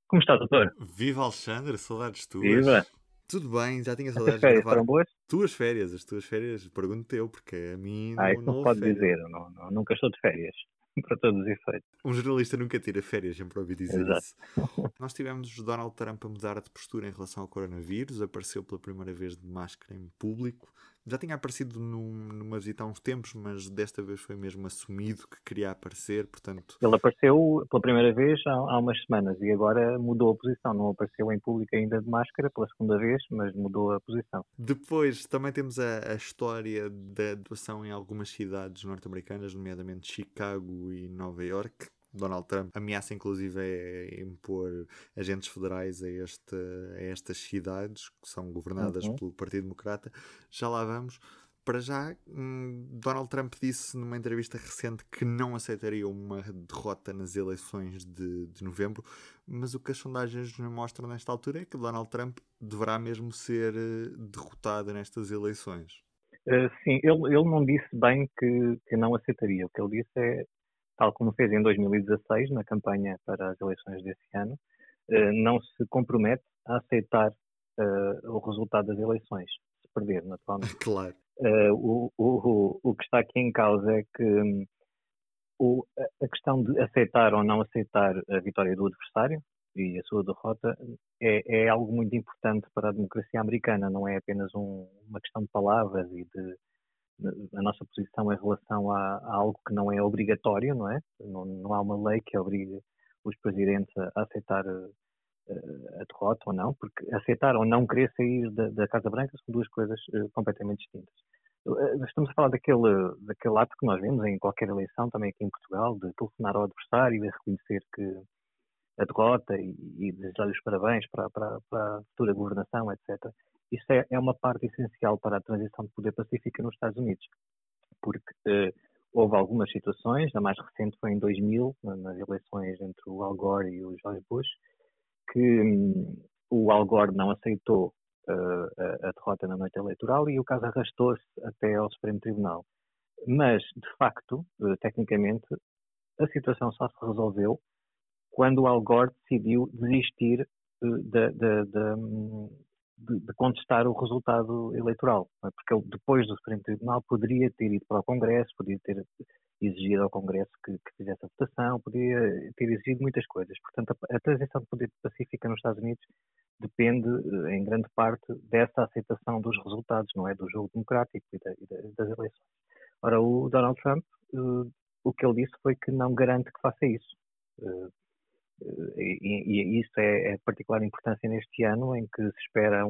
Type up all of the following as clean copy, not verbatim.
Como está, doutor? Viva Alexandre, saudades Viva! tuas. Tudo bem, já tinha Essas saudades de férias gravar foram boas? as tuas férias, pergunto eu, porque a mim Isso não não se houve pode férias. dizer. Eu nunca estou de férias. Para todos os efeitos. Um jornalista nunca tira férias, sempre ouvi dizer Exato. isso. Nós tivemos Donald Trump a mudar de postura em relação ao coronavírus, apareceu pela primeira vez de máscara em público. Já tinha aparecido numa visita há uns tempos, mas desta vez foi mesmo assumido que queria aparecer, portanto, Ele apareceu pela primeira vez há umas semanas e agora mudou a posição. Não apareceu em público ainda de máscara pela segunda vez, mas mudou a posição. depois também temos a história da atuação em algumas cidades norte-americanas, nomeadamente Chicago e Nova York. Donald Trump ameaça inclusive impor agentes federais a estas cidades que são governadas Uhum. pelo Partido Democrata. Já lá vamos. Para já, Donald Trump disse numa entrevista recente que não aceitaria uma derrota nas eleições de novembro, mas o que as sondagens nos mostram nesta altura é que Donald Trump deverá mesmo ser derrotado nestas eleições. Sim, ele não disse bem que não aceitaria. O que ele disse é, tal como fez em 2016, na campanha para as eleições desse ano, não se compromete a aceitar o resultado das eleições, se perder, naturalmente. Claro. O que está aqui em causa é que a questão de aceitar ou não aceitar a vitória do adversário e a sua derrota é algo muito importante para a democracia americana, não é apenas uma questão de palavras e a nossa posição em relação a algo que não é obrigatório, não é? Não há uma lei que obrigue os presidentes a aceitar a derrota ou não, porque aceitar ou não querer sair da Casa Branca são duas coisas completamente distintas. Estamos a falar daquele ato que nós vemos em qualquer eleição, também aqui em Portugal, de telefonar ao adversário e reconhecer que a derrota e desejar-lhe os parabéns para a futura governação, etc. Isso é uma parte essencial para a transição de poder pacífica nos Estados Unidos, porque houve algumas situações, a mais recente foi em 2000, nas eleições entre o Al Gore e o George Bush, que o Al Gore não aceitou a derrota na noite eleitoral e o caso arrastou-se até ao Supremo Tribunal. Mas, de facto, tecnicamente, a situação só se resolveu quando o Al Gore decidiu desistir de contestar o resultado eleitoral. Porque ele, depois do Supremo Tribunal, poderia ter ido para o Congresso, poderia ter exigido ao Congresso que fizesse a votação, poderia ter exigido muitas coisas. Portanto, a transição de poder pacífica nos Estados Unidos depende, em grande parte, dessa aceitação dos resultados, não é? Do jogo democrático das eleições. Ora, o Donald Trump, o que ele disse foi que não garante que faça isso. E isso é de particular importância neste ano, em que se espera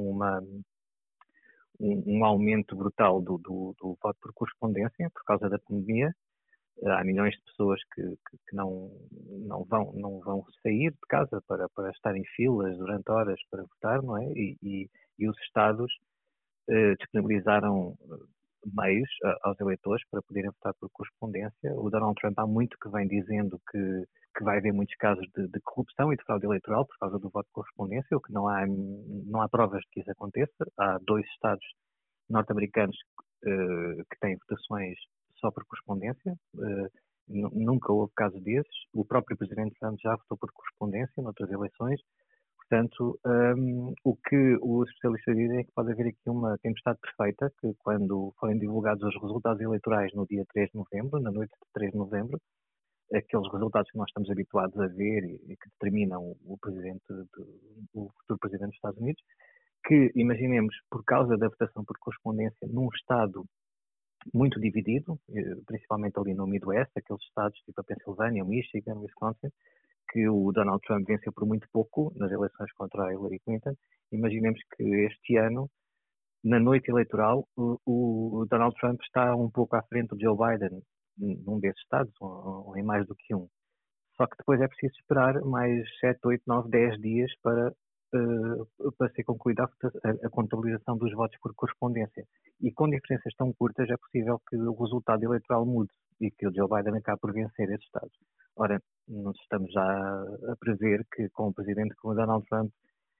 um aumento brutal do voto por correspondência por causa da pandemia. Há milhões de pessoas que não vão sair de casa para estar em filas durante horas para votar, não é? E os Estados disponibilizaram meios aos eleitores para poderem votar por correspondência. O Donald Trump há muito que vem dizendo que vai haver muitos casos de corrupção e de fraude eleitoral por causa do voto por correspondência, o que não há provas de que isso aconteça. Há 2 estados norte-americanos que têm votações só por correspondência. Nunca houve caso desses. O próprio presidente Trump já votou por correspondência noutras eleições. Portanto, o que os especialistas dizem é que pode haver aqui uma tempestade perfeita, que quando forem divulgados os resultados eleitorais no dia 3 de novembro, na noite de 3 de novembro, aqueles resultados que nós estamos habituados a ver e que determinam o futuro presidente dos Estados Unidos, que, imaginemos, por causa da votação por correspondência num estado muito dividido, principalmente ali no Midwest, aqueles estados tipo a Pensilvânia, o Michigan, o Wisconsin, que o Donald Trump venceu por muito pouco nas eleições contra a Hillary Clinton. Imaginemos que este ano, na noite eleitoral, o Donald Trump está um pouco à frente do Joe Biden num desses estados, ou em mais do que um. Só que depois é preciso esperar mais 7, 8, 9, 10 dias para ser concluída a contabilização dos votos por correspondência. E com diferenças tão curtas é possível que o resultado eleitoral mude e que o Joe Biden acabe por vencer esses estados. Ora, nós estamos já a prever que com o presidente como Donald Trump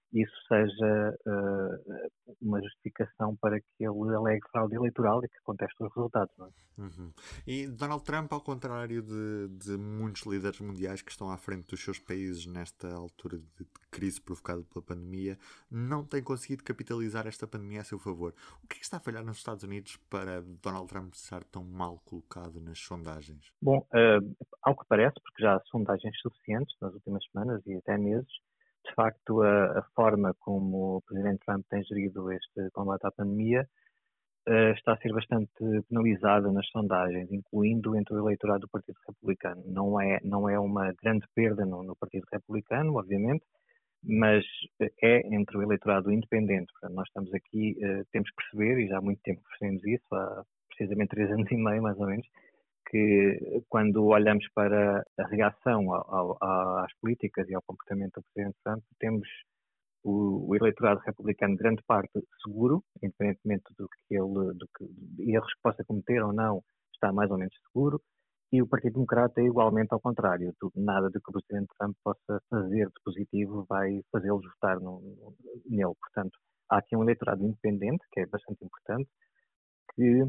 isso seja uma justificação para que ele alegue fraude eleitoral e que conteste os resultados. Não é? Uhum. E Donald Trump, ao contrário de muitos líderes mundiais que estão à frente dos seus países nesta altura de crise provocada pela pandemia, não tem conseguido capitalizar esta pandemia a seu favor. O que é que está a falhar nos Estados Unidos para Donald Trump estar tão mal colocado nas sondagens? Bom, ao que parece, porque já há sondagens suficientes nas últimas semanas e até meses, de facto, a forma como o Presidente Trump tem gerido este combate à pandemia está a ser bastante penalizada nas sondagens, incluindo entre o eleitorado do Partido Republicano. Não é uma grande perda no Partido Republicano, obviamente, mas é entre o eleitorado independente. Portanto, nós estamos aqui, temos que perceber, e já há muito tempo que percebemos isso, há precisamente 3 anos e meio, mais ou menos, que quando olhamos para a reação às políticas e ao comportamento do Presidente Trump, temos o eleitorado republicano, grande parte, seguro, independentemente de erros que possa cometer ou não, está mais ou menos seguro, e o Partido Democrata é igualmente ao contrário. Nada do que o Presidente Trump possa fazer de positivo vai fazê-los votar nele. Portanto, há aqui um eleitorado independente, que é bastante importante, que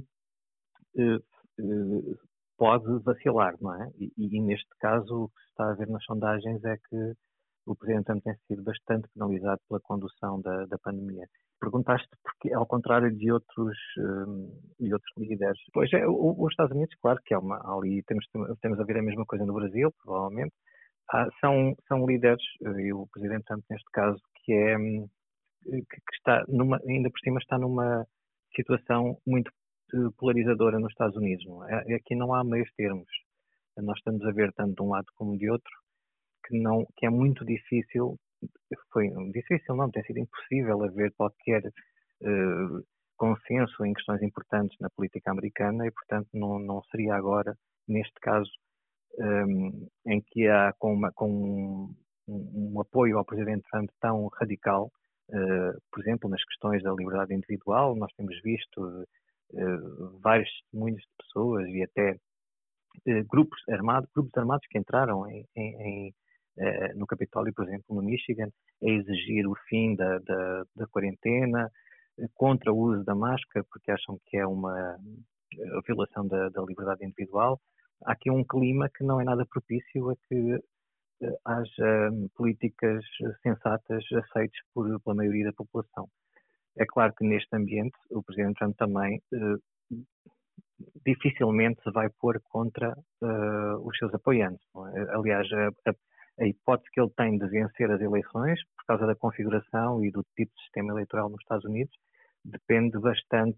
pode vacilar, não é? E neste caso, o que se está a ver nas sondagens é que o Presidente Trump tem sido bastante penalizado pela condução da pandemia. Perguntaste porque, ao contrário de outros líderes. Pois é, os Estados Unidos, claro que ali temos a ver a mesma coisa no Brasil, provavelmente. São líderes, e o Presidente Trump neste caso, que está ainda por cima está numa situação muito polarizadora nos Estados Unidos. Não é? Aqui não há meios termos. Nós estamos a ver tanto de um lado como de outro que é muito difícil, tem sido impossível haver qualquer consenso em questões importantes na política americana e, portanto, não seria agora, neste caso, em que há com um apoio ao Presidente Trump tão radical, por exemplo, nas questões da liberdade individual, nós temos visto vários testemunhos de pessoas e até grupos armados que entraram no Capitólio, por exemplo, no Michigan, a exigir o fim da quarentena, contra o uso da máscara, porque acham que é uma violação da liberdade individual. Há aqui um clima que não é nada propício a que haja políticas sensatas aceites pela maioria da população. É claro que neste ambiente o Presidente Trump também dificilmente se vai pôr contra os seus apoiantes. Não é? Aliás, a hipótese que ele tem de vencer as eleições, por causa da configuração e do tipo de sistema eleitoral nos Estados Unidos, depende bastante.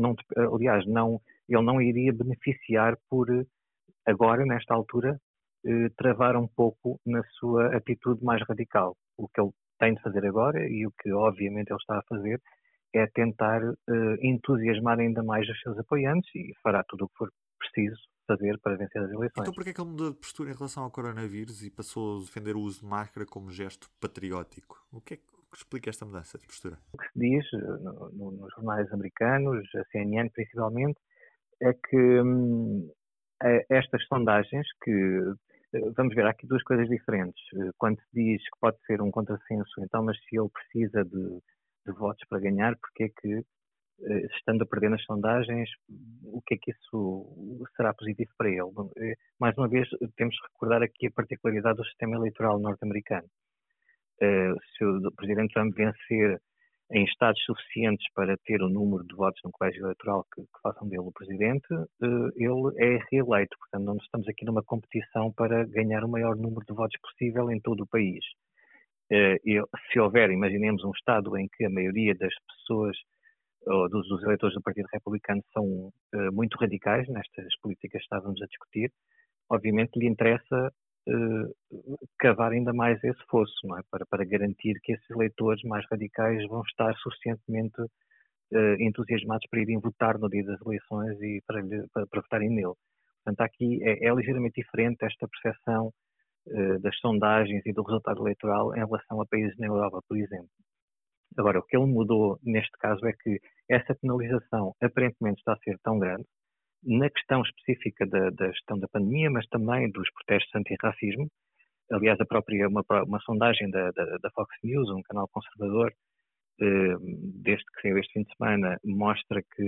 Ele não iria beneficiar por, agora, nesta altura, travar um pouco na sua atitude mais radical. O que ele tem de fazer agora, e o que obviamente ele está a fazer, é tentar entusiasmar ainda mais os seus apoiantes e fará tudo o que for preciso fazer para vencer as eleições. Então porquê é que ele mudou de postura em relação ao coronavírus e passou a defender o uso de máscara como gesto patriótico? O que é que explica esta mudança de postura? O que se diz nos jornais americanos, a CNN principalmente, é que estas sondagens vamos ver, há aqui duas coisas diferentes. Quando se diz que pode ser um contrassenso, então, mas se ele precisa de votos para ganhar, porque é que, estando a perder nas sondagens, o que é que isso será positivo para ele? Mais uma vez, temos que recordar aqui a particularidade do sistema eleitoral norte-americano. Se o Presidente Trump vencer em estados suficientes para ter o número de votos no colégio eleitoral que façam dele o Presidente, ele é reeleito. Portanto, não estamos aqui numa competição para ganhar o maior número de votos possível em todo o país. Se houver, imaginemos, um Estado em que a maioria das pessoas, ou dos eleitores do Partido Republicano, são muito radicais nestas políticas que estávamos a discutir, obviamente lhe interessa cavar ainda mais esse fosso, não é? Para garantir que esses eleitores mais radicais vão estar suficientemente entusiasmados para irem votar no dia das eleições e para votarem nele. Portanto, aqui é ligeiramente diferente esta percepção das sondagens e do resultado eleitoral em relação a países na Europa, por exemplo. Agora, o que ele mudou neste caso é que essa penalização aparentemente está a ser tão grande, na questão específica da gestão da pandemia, mas também dos protestos antirracismo, aliás, uma sondagem da Fox News, um canal conservador, desde que saiu este fim de semana, mostra que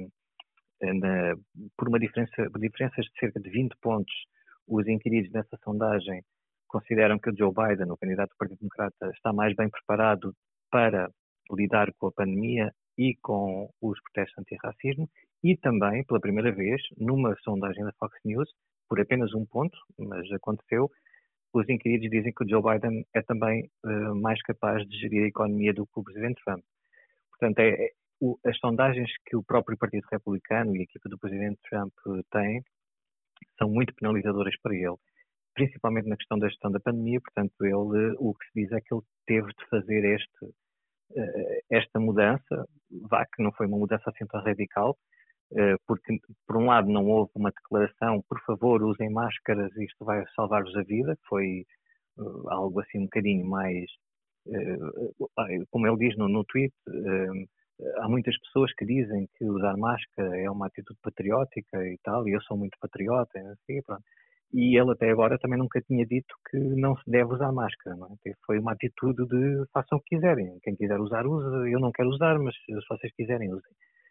por diferenças de cerca de 20 pontos, os inquiridos nessa sondagem consideram que o Joe Biden, o candidato do Partido Democrata, está mais bem preparado para lidar com a pandemia e com os protestos antirracismo, e também, pela primeira vez, numa sondagem da Fox News, por apenas um ponto, mas aconteceu, os inquiridos dizem que o Joe Biden é também mais capaz de gerir a economia do que o Presidente Trump. Portanto, as sondagens que o próprio Partido Republicano e a equipa do Presidente Trump têm são muito penalizadoras para ele, principalmente na questão da gestão da pandemia. Portanto, o que se diz é que ele teve de fazer esta mudança, que não foi uma mudança assim tão radical, porque, por um lado, não houve uma declaração, por favor, usem máscaras, isto vai salvar-vos a vida, foi algo assim um bocadinho mais, como ele diz no tweet, há muitas pessoas que dizem que usar máscara é uma atitude patriótica e tal, e eu sou muito patriota, assim, pronto. E ele até agora também nunca tinha dito que não se deve usar máscara, não é? Foi uma atitude de façam o que quiserem, quem quiser usar, usa, eu não quero usar, mas se vocês quiserem, usem.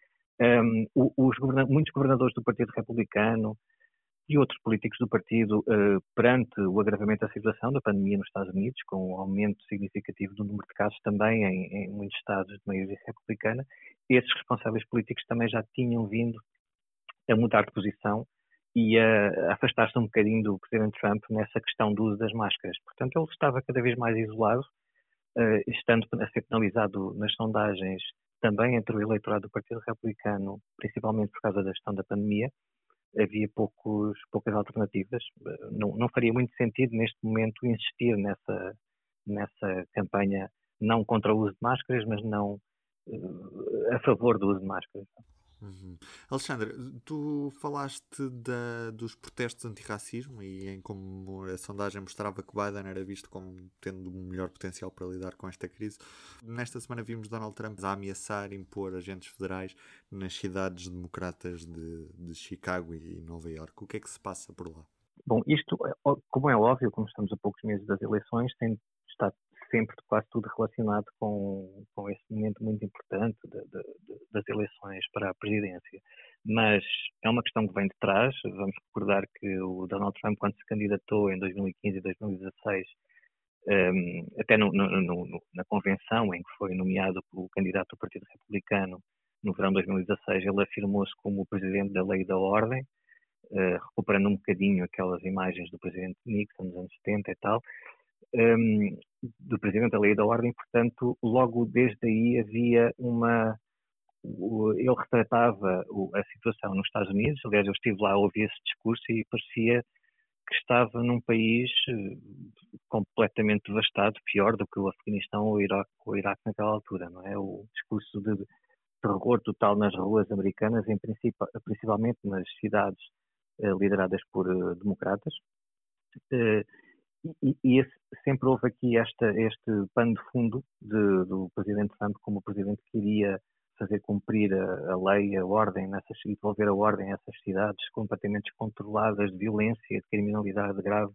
Muitos governadores do Partido Republicano e outros políticos do partido, perante o agravamento da situação da pandemia nos Estados Unidos, com um aumento significativo do número de casos também em muitos estados de maioria republicana, esses responsáveis políticos também já tinham vindo a mudar de posição e a afastar-se um bocadinho do Presidente Trump nessa questão do uso das máscaras. Portanto, ele estava cada vez mais isolado, estando a ser penalizado nas sondagens também entre o eleitorado do Partido Republicano, principalmente por causa da gestão da pandemia. Havia poucas alternativas. Não faria muito sentido neste momento insistir nessa campanha, não contra o uso de máscaras, mas não a favor do uso de máscaras. Uhum. Alexandre, tu falaste dos protestos antirracismo e em como a sondagem mostrava que Biden era visto como tendo o melhor potencial para lidar com esta crise. Nesta semana vimos Donald Trump a ameaçar impor agentes federais nas cidades democratas de Chicago e Nova Iorque. O que é que se passa por lá? Bom, isto, como é óbvio, como estamos a poucos meses das eleições, tem estado sempre quase tudo relacionado com esse momento muito importante das eleições para a presidência. Mas é uma questão que vem de trás. Vamos recordar que o Donald Trump, quando se candidatou em 2015 e 2016, até na convenção em que foi nomeado o candidato do Partido Republicano no verão de 2016, ele afirmou-se como o presidente da lei e da ordem, recuperando um bocadinho aquelas imagens do presidente Nixon nos anos 70 e tal, do presidente da lei e da ordem. Portanto, logo desde aí havia ele retratava a situação nos Estados Unidos. Aliás, eu estive lá a ouvir esse discurso e parecia que estava num país completamente devastado, pior do que o Afeganistão ou o Iraque naquela altura, não é? O discurso de terror total nas ruas americanas, principalmente nas cidades lideradas por democratas. Sempre houve aqui este pano de fundo do presidente Trump como o presidente que queria fazer cumprir a lei, a ordem, e devolver a ordem a essas cidades completamente descontroladas de violência, de criminalidade grave,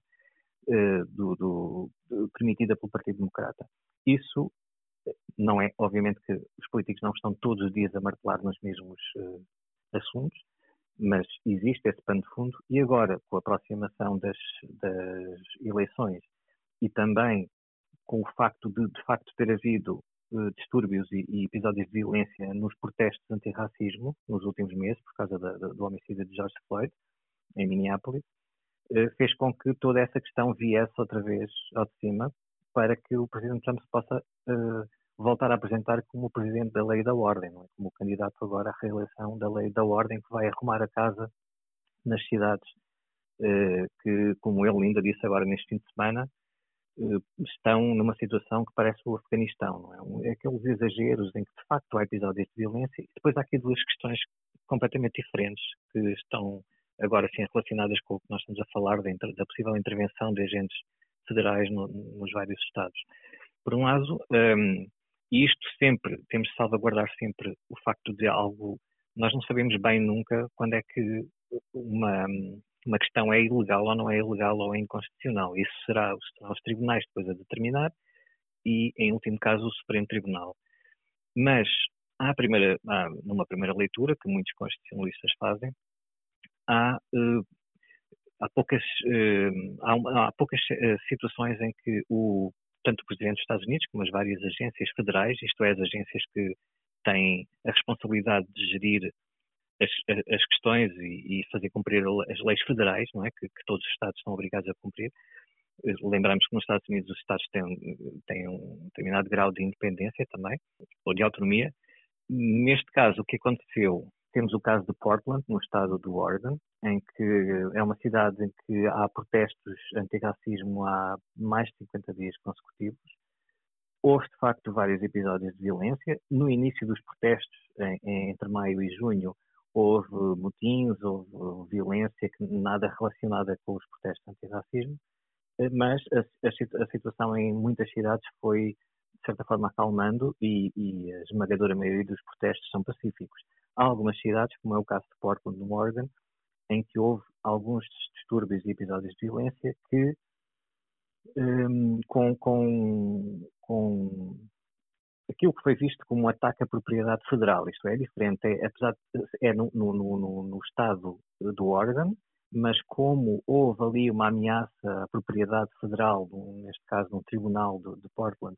permitida pelo Partido Democrata. Isso não é, obviamente que os políticos não estão todos os dias a martelar nos mesmos assuntos, mas existe esse pano de fundo. E agora, com a aproximação das eleições e também com o facto de facto ter havido distúrbios e episódios de violência nos protestos antirracismo nos últimos meses, por causa do homicídio de George Floyd, em Minneapolis, fez com que toda essa questão viesse outra vez ao de cima, para que o Presidente Trump se possa voltar a apresentar como o Presidente da Lei e da Ordem, não é? Como o candidato agora à reeleição da Lei e da Ordem, que vai arrumar a casa nas cidades que, como ele ainda disse agora neste fim de semana, estão numa situação que parece o Afeganistão, não é? Aqueles exageros em que de facto há episódios de violência. E depois há aqui duas questões completamente diferentes que estão agora sim relacionadas com o que nós estamos a falar da possível intervenção de agentes federais nos vários estados. Por um lado, e isto sempre, temos de salvaguardar sempre o facto de algo, nós não sabemos bem nunca quando é que uma uma questão é ilegal ou não é ilegal ou é inconstitucional. Isso serão os tribunais depois a determinar e, em último caso, o Supremo Tribunal. Mas numa primeira leitura, que muitos constitucionalistas fazem, há poucas situações em que tanto o Presidente dos Estados Unidos como as várias agências federais, isto é, as agências que têm a responsabilidade de gerir as questões e fazer cumprir as leis federais, não é? Que todos os Estados estão obrigados a cumprir. Lembramos que nos Estados Unidos os Estados têm um determinado grau de independência também, ou de autonomia. Neste caso, o que aconteceu, temos o caso de Portland, no estado do Oregon, em que é uma cidade em que há protestos antirracismo há mais de 50 dias consecutivos. Houve, de facto, vários episódios de violência. No início dos protestos, entre maio e junho, houve motins, houve violência nada relacionada com os protestos antirracismo, mas a situação em muitas cidades foi, de certa forma, acalmando e a esmagadora maioria dos protestos são pacíficos. Há algumas cidades, como é o caso de Portland, no Oregon, em que houve alguns distúrbios e episódios de violência que, com aquilo que foi visto como um ataque à propriedade federal, isto é diferente, apesar de no estado do Oregon, mas como houve ali uma ameaça à propriedade federal, neste caso no tribunal de Portland,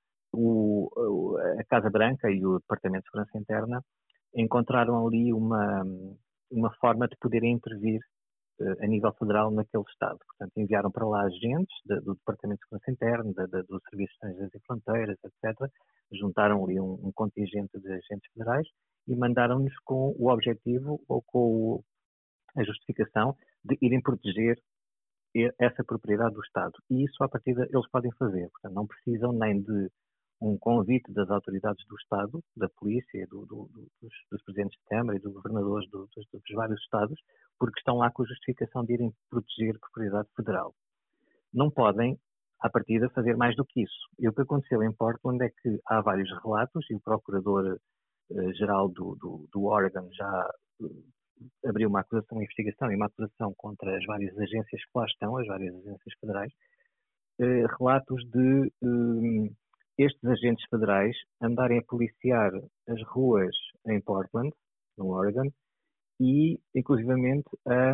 a Casa Branca e o Departamento de Segurança Interna encontraram ali uma forma de poderem intervir a nível federal naquele estado. Portanto, enviaram para lá agentes do Departamento de Segurança Interna, do Serviço de Estrangeiros e Fronteiras, etc. Juntaram ali um contingente de agentes federais e mandaram-nos com o objetivo ou com a justificação de irem proteger essa propriedade do Estado. E isso, à partida, eles podem fazer. Portanto, não precisam nem de um convite das autoridades do Estado, da polícia, dos presidentes de Câmara e dos governadores dos vários Estados, porque estão lá com a justificação de irem proteger a propriedade federal. Não podem, à partida, fazer mais do que isso. E o que aconteceu em Portland é que há vários relatos, e o Procurador-Geral do Oregon já abriu uma acusação, uma investigação e uma acusação contra as várias agências que lá estão, as várias agências federais, relatos de estes agentes federais andarem a policiar as ruas em Portland, no Oregon, e, inclusivamente,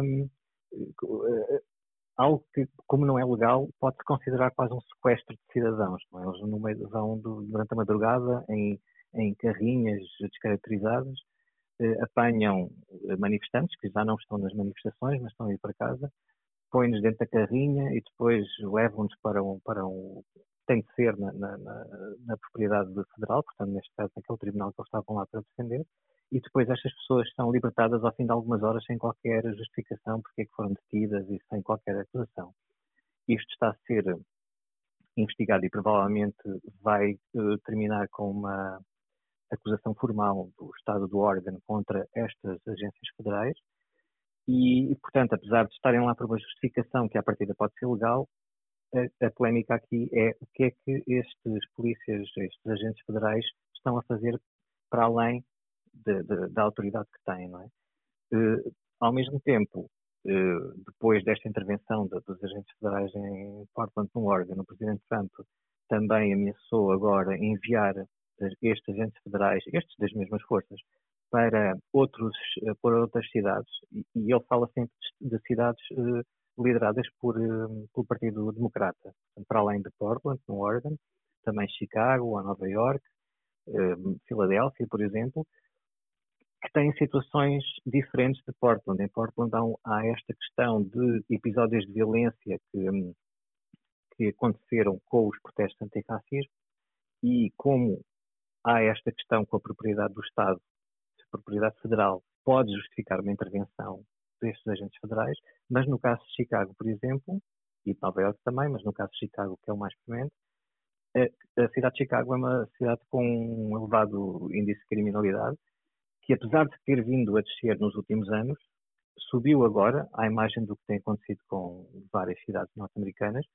algo que, como não é legal, pode-se considerar quase um sequestro de cidadãos. Não é? Eles no meio, vão durante a madrugada em carrinhas descaracterizadas, apanham manifestantes que já não estão nas manifestações, mas estão a ir para casa, põem-nos dentro da carrinha e depois levam-nos para um tem de ser na propriedade federal, portanto, neste caso, naquele tribunal que eles estavam lá para defender, e depois estas pessoas são libertadas ao fim de algumas horas sem qualquer justificação porque é que foram detidas e sem qualquer acusação. Isto está a ser investigado e provavelmente vai terminar com uma acusação formal do Estado do Oregon contra estas agências federais e, portanto, apesar de estarem lá por uma justificação que à partida pode ser legal, a polémica aqui é o que é que estes polícias, estes agentes federais estão a fazer para além da autoridade que têm, não é? Ao mesmo tempo, depois desta intervenção dos agentes federais em Portland, no Oregon, o Presidente Trump também ameaçou agora enviar estes agentes federais, estes das mesmas forças, para outras cidades, e ele fala sempre de cidades lideradas pelo Partido Democrata, para além de Portland, no Oregon, também Chicago, ou Nova York, Filadélfia, por exemplo, que têm situações diferentes de Portland. Em Portland há esta questão de episódios de violência que aconteceram com os protestos antirracismo e como há esta questão com a propriedade do Estado, a propriedade federal pode justificar uma intervenção destes agentes federais, mas no caso de Chicago, por exemplo, e de Nova Iorque também, mas no caso de Chicago, que é o mais premente, a cidade de Chicago é uma cidade com um elevado índice de criminalidade, que apesar de ter vindo a descer nos últimos anos, subiu agora, à imagem do que tem acontecido com várias cidades norte-americanas,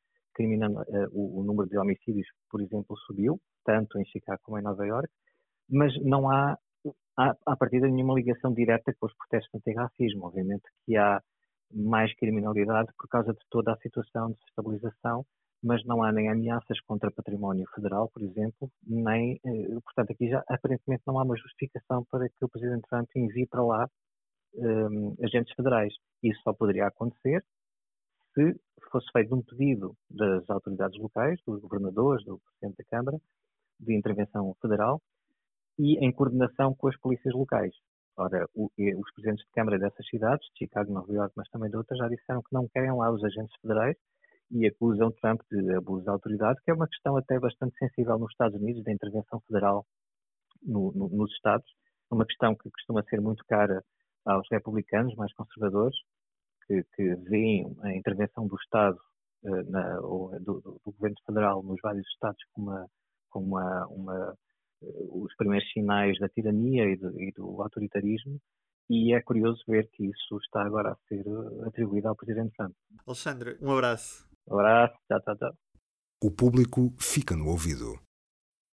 o número de homicídios, por exemplo, subiu, tanto em Chicago como em Nova Iorque, mas não há a partir de nenhuma ligação direta com os protestos antirracismo. Obviamente que há mais criminalidade por causa de toda a situação de desestabilização, mas não há nem ameaças contra património federal, por exemplo, nem, portanto, aqui já aparentemente não há uma justificação para que o Presidente Trump envie para lá agentes federais. Isso só poderia acontecer se fosse feito um pedido das autoridades locais, dos governadores, do Presidente da Câmara, de intervenção federal e em coordenação com as polícias locais. Ora, os presidentes de Câmara dessas cidades, de Chicago, Nova Iorque, mas também de outras, já disseram que não querem lá os agentes federais e acusam Trump de abuso de autoridade, que é uma questão até bastante sensível nos Estados Unidos, da intervenção federal nos Estados, uma questão que costuma ser muito cara aos republicanos mais conservadores, que veem a intervenção do Estado ou do governo federal nos vários Estados como os primeiros sinais da tirania e do autoritarismo, e é curioso ver que isso está agora a ser atribuído ao Presidente Trump. Alexandre, um abraço. Um abraço, tchau, tchau, tchau. O público fica no ouvido.